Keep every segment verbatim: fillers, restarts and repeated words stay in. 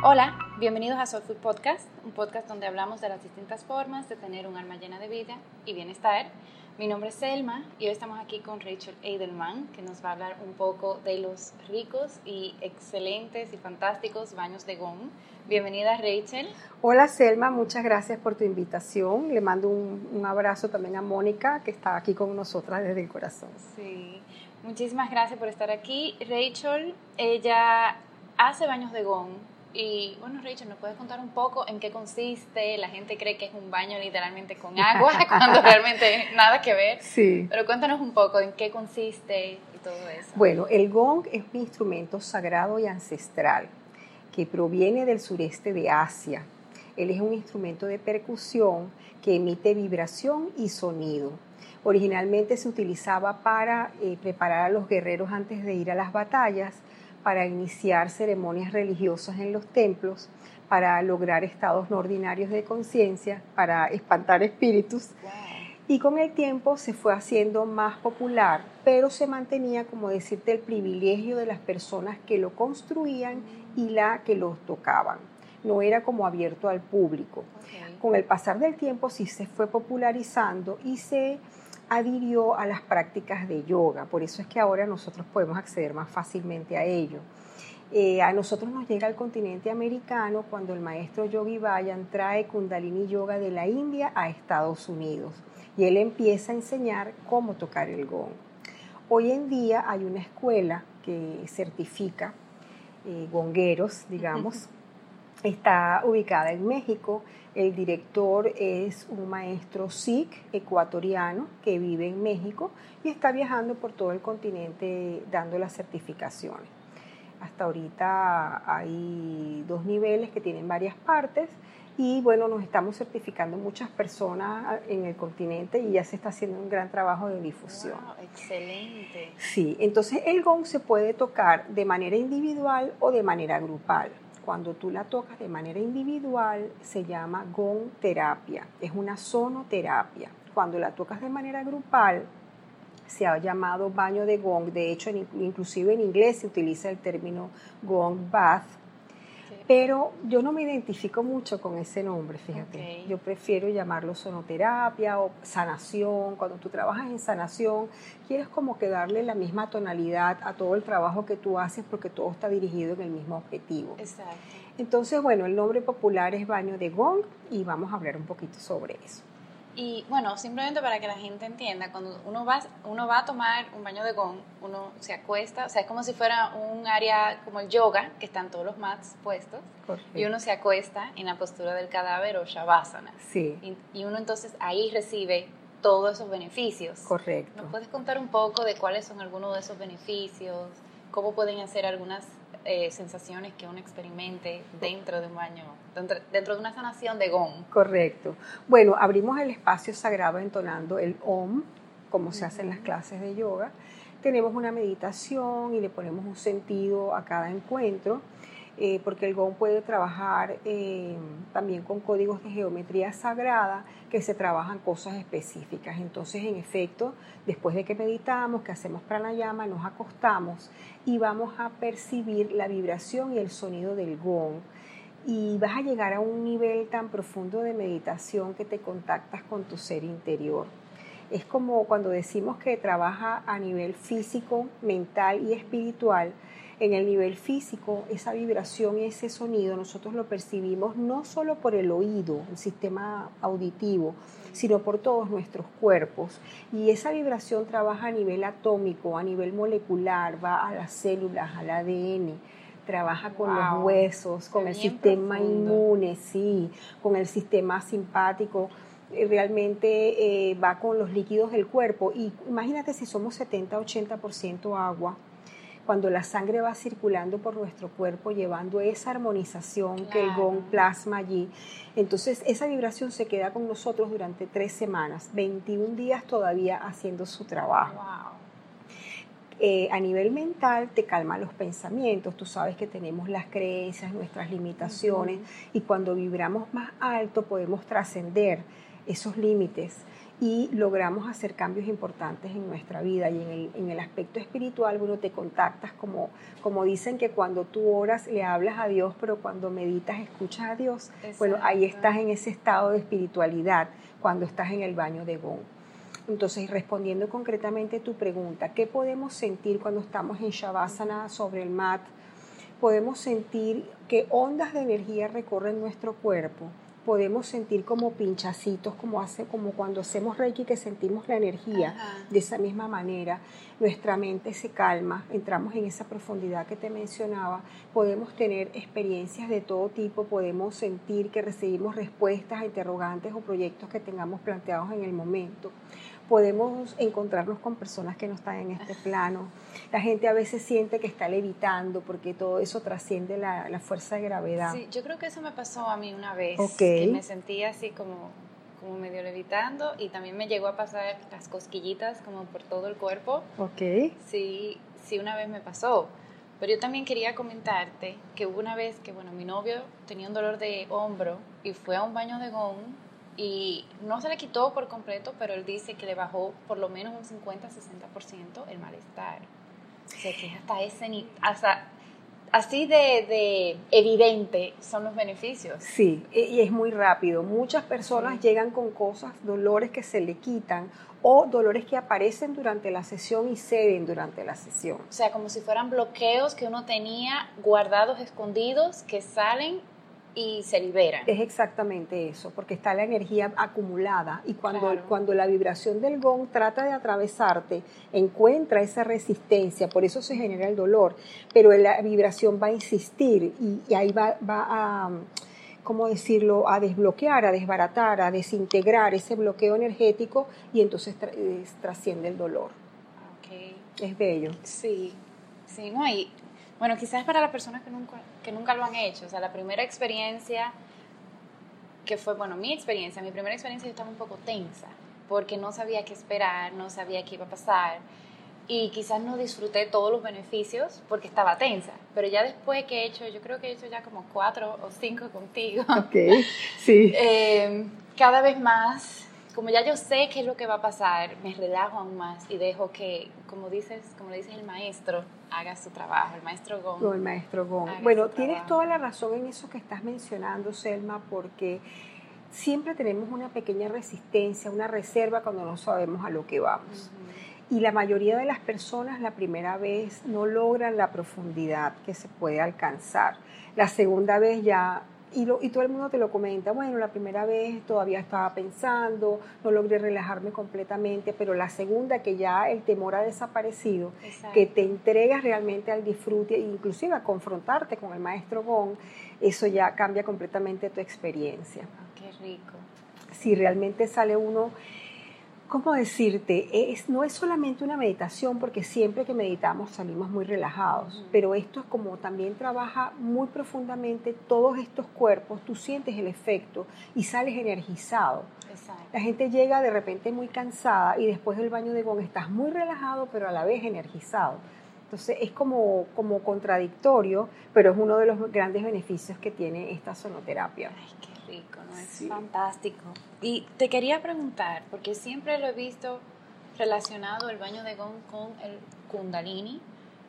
Hola, bienvenidos a Soul Food Podcast, un podcast donde hablamos de las distintas formas de tener un alma llena de vida y bienestar. Mi nombre es Selma y hoy estamos aquí con Rachel Edelman, que nos va a hablar un poco de los ricos y excelentes y fantásticos baños de gong. Bienvenida, Rachel. Hola, Selma, muchas gracias por tu invitación. Le mando un, un abrazo también a Mónica, que está aquí con nosotras desde el corazón. Sí, muchísimas gracias por estar aquí. Rachel, ella hace baños de gong. Y bueno, Rachel, ¿nos puedes contar un poco en qué consiste? La gente cree que es un baño literalmente con agua, cuando realmente nada que ver. Sí. Pero cuéntanos un poco en qué consiste y todo eso. Bueno, el gong es un instrumento sagrado y ancestral que proviene del sureste de Asia. Él es un instrumento de percusión que emite vibración y sonido. Originalmente se utilizaba para eh, preparar a los guerreros antes de ir a las batallas, para iniciar ceremonias religiosas en los templos, para lograr estados no ordinarios de conciencia, para espantar espíritus. Wow. Y con el tiempo se fue haciendo más popular, pero se mantenía, como decirte, el privilegio de las personas que lo construían y la que lo tocaban. No era como abierto al público. Okay. Con el pasar del tiempo sí se fue popularizando y se adhirió a las prácticas de yoga, por eso es que ahora nosotros podemos acceder más fácilmente a ello. Eh, a nosotros nos llega al continente americano cuando el maestro Yogi Bhajan trae Kundalini Yoga de la India a Estados Unidos y él empieza a enseñar cómo tocar el gong. Hoy en día hay una escuela que certifica eh, gongueros, digamos, está ubicada en México. El director es un maestro sikh ecuatoriano que vive en México y está viajando por todo el continente dando las certificaciones. Hasta ahorita hay dos niveles que tienen varias partes y bueno, nos estamos certificando muchas personas en el continente y ya se está haciendo un gran trabajo de difusión. Wow, excelente. Sí, entonces el gong se puede tocar de manera individual o de manera grupal. Cuando tú la tocas de manera individual se llama gong terapia, es una sonoterapia. Cuando la tocas de manera grupal se ha llamado baño de gong, de hecho inclusive en inglés se utiliza el término gong bath, sí. Pero yo no me identifico mucho con ese nombre, fíjate. Okay. Yo prefiero llamarlo sonoterapia o sanación. Cuando tú trabajas en sanación quieres como que darle la misma tonalidad a todo el trabajo que tú haces porque todo está dirigido en el mismo objetivo. Exacto. Entonces, bueno, el nombre popular es baño de gong y vamos a hablar un poquito sobre eso. Y bueno, simplemente para que la gente entienda, cuando uno va, uno va a tomar un baño de gong, uno se acuesta, o sea, es como si fuera un área como el yoga, que están todos los mats puestos. Correcto. Y uno se acuesta en la postura del cadáver o shavasana. Sí. Y, y uno entonces ahí recibe todos esos beneficios. Correcto. ¿Nos puedes contar un poco de cuáles son algunos de esos beneficios? ¿Cómo pueden hacer algunas eh, sensaciones que uno experimente dentro de un baño, dentro, dentro de una sanación de gong? Correcto. Bueno, abrimos el espacio sagrado entonando el Om, como uh-huh. se hace en las clases de yoga. Tenemos una meditación y le ponemos un sentido a cada encuentro. Eh, porque el gong puede trabajar eh, también con códigos de geometría sagrada que se trabajan cosas específicas. Entonces, en efecto, después de que meditamos, que hacemos pranayama, nos acostamos y vamos a percibir la vibración y el sonido del gong. Y vas a llegar a un nivel tan profundo de meditación que te contactas con tu ser interior. Es como cuando decimos que trabaja a nivel físico, mental y espiritual. En el nivel físico, esa vibración y ese sonido nosotros lo percibimos no solo por el oído, el sistema auditivo, sino por todos nuestros cuerpos. Y esa vibración trabaja a nivel atómico, a nivel molecular, va a las células, al A D N, trabaja con wow. los huesos, con el sistema profundo. Inmune, sí, con el sistema simpático. Realmente eh, va con los líquidos del cuerpo. Y imagínate si somos setenta a ochenta por ciento agua. Cuando la sangre va circulando por nuestro cuerpo llevando esa armonización claro. que el gong plasma allí, entonces esa vibración se queda con nosotros durante tres semanas, veintiún días todavía haciendo su trabajo. Wow. Eh, a nivel mental te calma los pensamientos, tú sabes que tenemos las creencias, nuestras limitaciones uh-huh. y cuando vibramos más alto podemos trascender esos límites y logramos hacer cambios importantes en nuestra vida. Y en el, en el aspecto espiritual, bueno, te contactas como, como dicen que cuando tú oras le hablas a Dios, pero cuando meditas escuchas a Dios. Exacto. Bueno, ahí estás en ese estado de espiritualidad cuando estás en el baño de Gong. Entonces, respondiendo concretamente a tu pregunta, ¿qué podemos sentir cuando estamos en Shavasana sobre el mat? Podemos sentir que ondas de energía recorren nuestro cuerpo. Podemos sentir como pinchacitos, como, hace, como cuando hacemos Reiki, que sentimos la energía. Ajá. De esa misma manera. Nuestra mente se calma, entramos en esa profundidad que te mencionaba. Podemos tener experiencias de todo tipo, podemos sentir que recibimos respuestas a interrogantes o proyectos que tengamos planteados en el momento. Podemos encontrarnos con personas que no están en este plano. La gente a veces siente que está levitando porque todo eso trasciende la, la fuerza de gravedad. Sí, yo creo que eso me pasó a mí una vez, okay. que me sentía así como, como medio levitando y también me llegó a pasar las cosquillitas como por todo el cuerpo. Ok. Sí, sí, una vez me pasó. Pero yo también quería comentarte que hubo una vez que, bueno, mi novio tenía un dolor de hombro y fue a un baño de Gong. Y no se le quitó por completo, pero él dice que le bajó por lo menos un cincuenta a sesenta por ciento el malestar. O sea, que hasta ese, hasta, así de, de evidente son los beneficios. Sí, y es muy rápido. Muchas personas sí. llegan con cosas, dolores que se le quitan o dolores que aparecen durante la sesión y ceden durante la sesión. O sea, como si fueran bloqueos que uno tenía guardados, escondidos, que salen y se liberan. Es exactamente eso, porque está la energía acumulada y cuando, claro. cuando la vibración del gong trata de atravesarte, encuentra esa resistencia, por eso se genera el dolor, pero la vibración va a insistir y, y ahí va, va a, ¿cómo decirlo?, a desbloquear, a desbaratar, a desintegrar ese bloqueo energético y entonces tra- trasciende el dolor. Okay. Es bello. Sí, sí, no, y bueno, quizás para las personas que nunca, que nunca lo han hecho, o sea, la primera experiencia que fue, bueno, mi experiencia, mi primera experiencia yo estaba un poco tensa, porque no sabía qué esperar, no sabía qué iba a pasar, y quizás no disfruté todos los beneficios porque estaba tensa, pero ya después que he hecho, yo creo que he hecho ya como cuatro o cinco contigo, ok, sí. eh, cada vez más, como ya yo sé qué es lo que va a pasar, me relajo aún más y dejo que, como dices, como le dices el maestro, haga su trabajo, el maestro Gong. No, el maestro Gong. Bueno, tienes toda la razón en eso que estás mencionando, Selma, porque siempre tenemos una pequeña resistencia, una reserva cuando no sabemos a lo que vamos. Uh-huh. Y la mayoría de las personas la primera vez no logran la profundidad que se puede alcanzar. La segunda vez ya... Y, lo, y todo el mundo te lo comenta, bueno, la primera vez todavía estaba pensando, no logré relajarme completamente, pero la segunda que ya el temor ha desaparecido, exacto, que te entregas realmente al disfrute, inclusive a confrontarte con el maestro Gong, eso ya cambia completamente tu experiencia. Oh, qué rico. Si realmente sale uno... ¿Cómo decirte? Es, no es solamente una meditación, porque siempre que meditamos salimos muy relajados, uh-huh, pero esto es como también trabaja muy profundamente todos estos cuerpos, tú sientes el efecto y sales energizado. Exacto. La gente llega de repente muy cansada y después del baño de Gong estás muy relajado, pero a la vez energizado. Entonces es como, como contradictorio, pero es uno de los grandes beneficios que tiene esta sonoterapia. Ay, qué rico, ¿no? Es sí. fantástico. Y te quería preguntar, porque siempre lo he visto relacionado el baño de Gong con el Kundalini.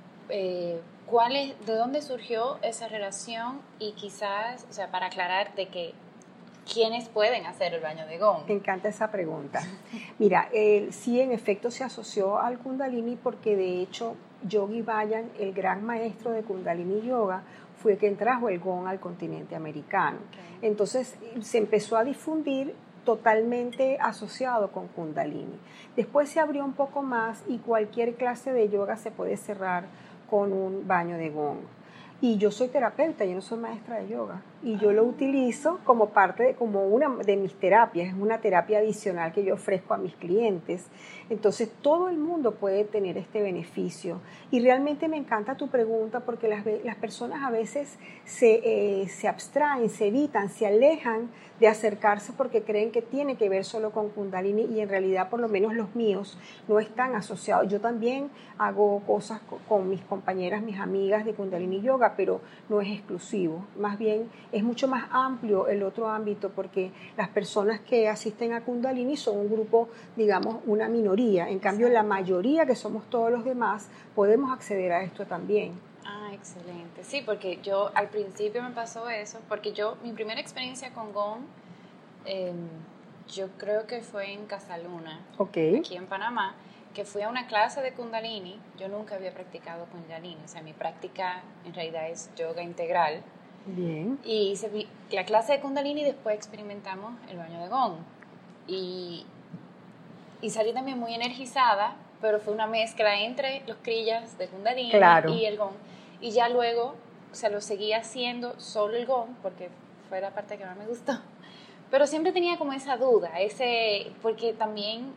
Eh, ¿cuál es, ¿De dónde surgió esa relación? Y quizás, o sea, para aclarar de que ¿quiénes pueden hacer el baño de Gong? Me encanta esa pregunta. Mira, eh, sí, en efecto se asoció al Kundalini porque de hecho Yogi Bhajan, el gran maestro de Kundalini Yoga, fue quien trajo el Gong al continente americano. Okay. Entonces se empezó a difundir totalmente asociado con Kundalini. Después se abrió un poco más y cualquier clase de yoga se puede cerrar con un baño de Gong. Y yo soy terapeuta, yo no soy maestra de yoga. Y yo lo utilizo como parte, de, como una de mis terapias, es una terapia adicional que yo ofrezco a mis clientes. Entonces, todo el mundo puede tener este beneficio. Y realmente me encanta tu pregunta porque las, las personas a veces se, eh, se abstraen, se evitan, se alejan de acercarse porque creen que tiene que ver solo con Kundalini y en realidad, por lo menos los míos, no están asociados. Yo también hago cosas con, con mis compañeras, mis amigas de Kundalini Yoga, pero no es exclusivo. Más bien Es mucho más amplio el otro ámbito porque las personas que asisten a Kundalini son un grupo, digamos, una minoría. En cambio, la mayoría, que somos todos los demás, podemos acceder a esto también. Ah, excelente. Sí, porque yo al principio me pasó eso, porque yo, mi primera experiencia con Gong, eh, yo creo que fue en Casaluna, okay. aquí en Panamá, que fui a una clase de Kundalini. Yo nunca había practicado Kundalini, o sea, mi práctica en realidad es yoga integral. Bien. Y hice la clase de Kundalini y después experimentamos el baño de Gong. Y, y salí también muy energizada, pero fue una mezcla entre los crillas de Kundalini claro. y el Gong. Y ya luego, o sea, lo seguí haciendo solo el Gong, porque fue la parte que más me gustó. Pero siempre tenía como esa duda, ese, porque también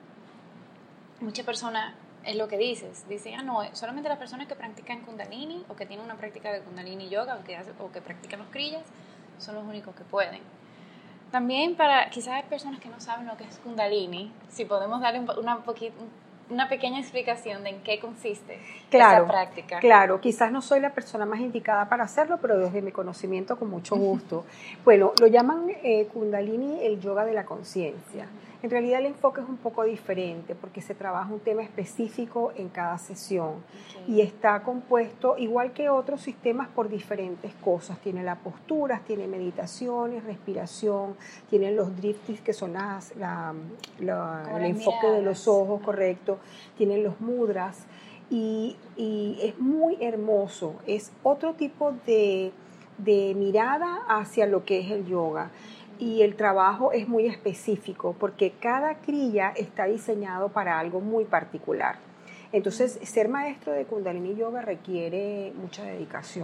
muchas personas, es lo que dices, dicen, ah, no, solamente las personas que practican Kundalini o que tienen una práctica de Kundalini Yoga o que, hace, o que practican los kriyas son los únicos que pueden. También para, quizás hay personas que no saben lo que es Kundalini, si podemos darle un, una, poquito, una pequeña explicación de en qué consiste claro, esa práctica. Claro, quizás no soy la persona más indicada para hacerlo, pero desde mi conocimiento con mucho gusto. Bueno, lo llaman eh, Kundalini el yoga de la conciencia. En realidad el enfoque es un poco diferente porque se trabaja un tema específico en cada sesión okay. y está compuesto, igual que otros sistemas, por diferentes cosas. Tiene las posturas, tiene meditaciones, respiración, tienen los driftis, que son las, la, la, el enfoque miradas. de los ojos, correcto, tienen los mudras y, y es muy hermoso. Es otro tipo de, de mirada hacia lo que es el yoga. Y el trabajo es muy específico porque cada kriya está diseñado para algo muy particular. Entonces, ser maestro de Kundalini Yoga requiere mucha dedicación,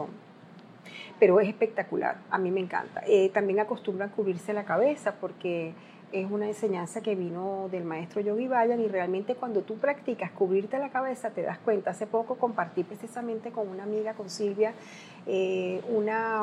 pero es espectacular, a mí me encanta. Eh, también acostumbran cubrirse la cabeza porque es una enseñanza que vino del maestro Yogi Bhajan y realmente cuando tú practicas cubrirte la cabeza te das cuenta. Hace poco compartí precisamente con una amiga, con Silvia, eh, una,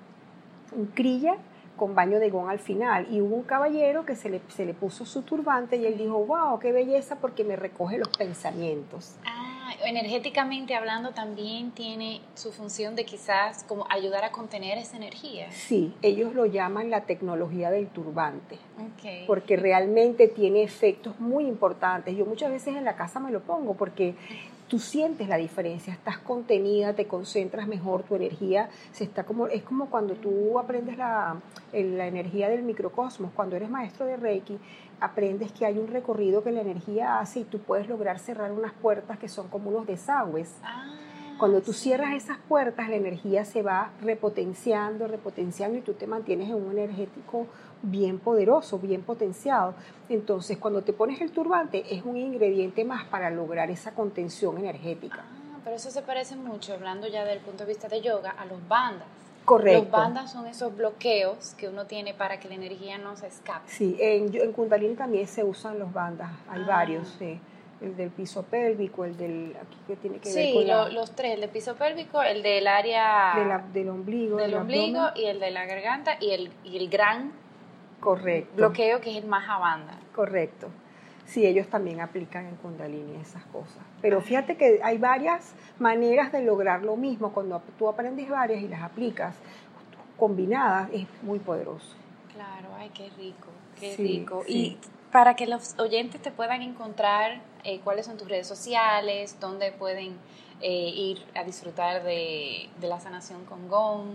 un kriya con baño de Gong al final, y hubo un caballero que se le, se le puso su turbante y él dijo, wow, qué belleza porque me recoge los pensamientos. Ah, energéticamente hablando también tiene su función de quizás como ayudar a contener esa energía. Sí, ellos lo llaman la tecnología del turbante, okay. porque realmente tiene efectos muy importantes. Yo muchas veces en la casa me lo pongo porque tú sientes la diferencia, estás contenida, te concentras mejor, tu energía se está como, es como cuando tú aprendes la, la energía del microcosmos, cuando eres maestro de Reiki, aprendes que hay un recorrido que la energía hace y tú puedes lograr cerrar unas puertas que son como unos desagües. Ah, cuando tú sí. cierras esas puertas, la energía se va repotenciando, repotenciando y tú te mantienes en un energético bien poderoso, bien potenciado. Entonces, cuando te pones el turbante, es un ingrediente más para lograr esa contención energética. Ah, pero eso se parece mucho, hablando ya del punto de vista de yoga, a los bandas. Correcto. Los bandas son esos bloqueos que uno tiene para que la energía no se escape. Sí, en, en Kundalini también se usan los bandas, hay ah. varios, sí. El del piso pélvico, el del, aquí que tiene que sí, ver con lo, la, los tres, el del piso pélvico, el del área de la, del ombligo, del del ombligo abdomen. y el de la garganta y el, y el gran correcto. bloqueo que es el Mahabandha. Correcto. Sí, ellos también aplican en Kundalini esas cosas. Pero fíjate que hay varias maneras de lograr lo mismo. Cuando tú aprendes varias y las aplicas combinadas, es muy poderoso. Claro, ay, qué rico, qué sí, rico. Sí. Y para que los oyentes te puedan encontrar, eh, ¿cuáles son tus redes sociales? ¿Dónde pueden eh, ir a disfrutar de, de la sanación con Gong?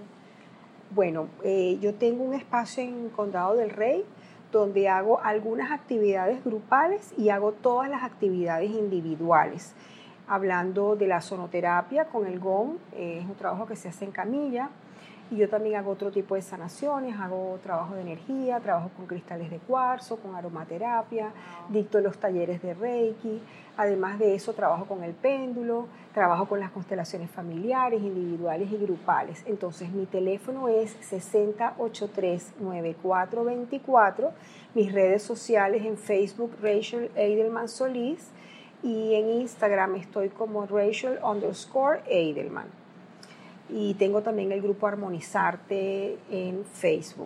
Bueno, eh, yo tengo un espacio en Condado del Rey donde hago algunas actividades grupales y hago todas las actividades individuales. Hablando de la sonoterapia con el Gong, eh, es un trabajo que se hace en camilla. Y yo también hago otro tipo de sanaciones, hago trabajo de energía, trabajo con cristales de cuarzo, con aromaterapia, dicto los talleres de Reiki. Además de eso, trabajo con el péndulo, trabajo con las constelaciones familiares, individuales y grupales. Entonces, mi teléfono es seis cero ocho tres nueve cuatro dos cuatro. Mis redes sociales en Facebook, Rachel Edelman Solís. Y en Instagram estoy como Rachel underscore Edelman. Y tengo también el grupo Armonizarte en Facebook.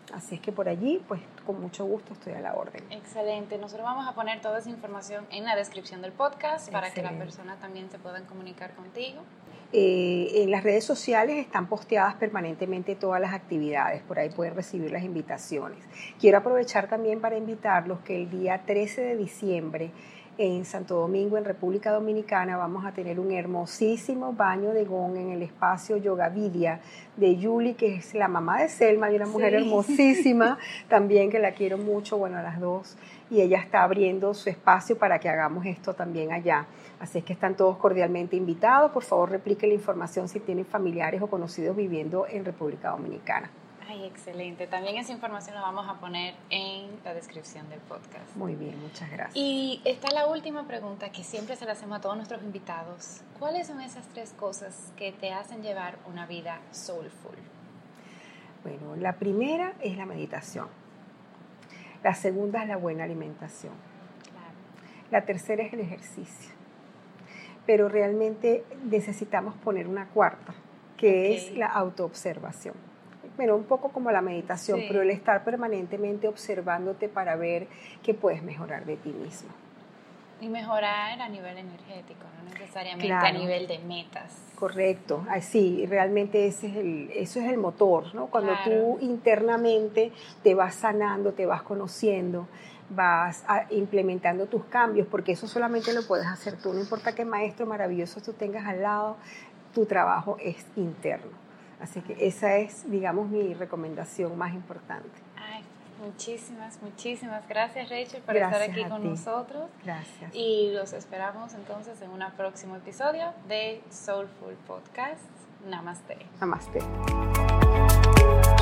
Así es que por allí, pues con mucho gusto estoy a la orden. Excelente. Nosotros vamos a poner toda esa información en la descripción del podcast para Excelente. que la persona también se pueda comunicar contigo. Eh, en las redes sociales están posteadas permanentemente todas las actividades, por ahí pueden recibir las invitaciones. Quiero aprovechar también para invitarlos que el día trece de diciembre en Santo Domingo, en República Dominicana, vamos a tener un hermosísimo baño de gong en el espacio Yoga Vidya de Yuli, que es la mamá de Selma, y una mujer sí. hermosísima también que la quiero mucho, bueno, a las dos, y ella está abriendo su espacio para que hagamos esto también allá. Así es que están todos cordialmente invitados. Por favor, replique la información si tienen familiares o conocidos viviendo en República Dominicana. Ay, excelente. También esa información la vamos a poner en la descripción del podcast. Muy bien, muchas gracias. Y está la última pregunta que siempre se la hacemos a todos nuestros invitados. ¿Cuáles son esas tres cosas que te hacen llevar una vida soulful? Bueno, la primera es la meditación. La segunda es la buena alimentación. Claro. La tercera es el ejercicio. Pero realmente necesitamos poner una cuarta, que okay. es la autoobservación. Bueno, un poco como la meditación, sí. pero el estar permanentemente observándote para ver qué puedes mejorar de ti mismo. Y mejorar a nivel energético, no necesariamente claro. a nivel de metas. Correcto, sí, realmente ese es el, eso es el motor, ¿no? Cuando claro. tú internamente te vas sanando, te vas conociendo, vas a, implementando tus cambios, porque eso solamente lo puedes hacer tú, no importa qué maestro maravilloso tú tengas al lado, tu trabajo es interno. Así que esa es, digamos, mi recomendación más importante. Ay, muchísimas, muchísimas gracias, Rachel, por gracias estar aquí con ti. nosotros. Gracias. Y los esperamos entonces en un próximo episodio de Soulful Podcast. Namaste. Namaste.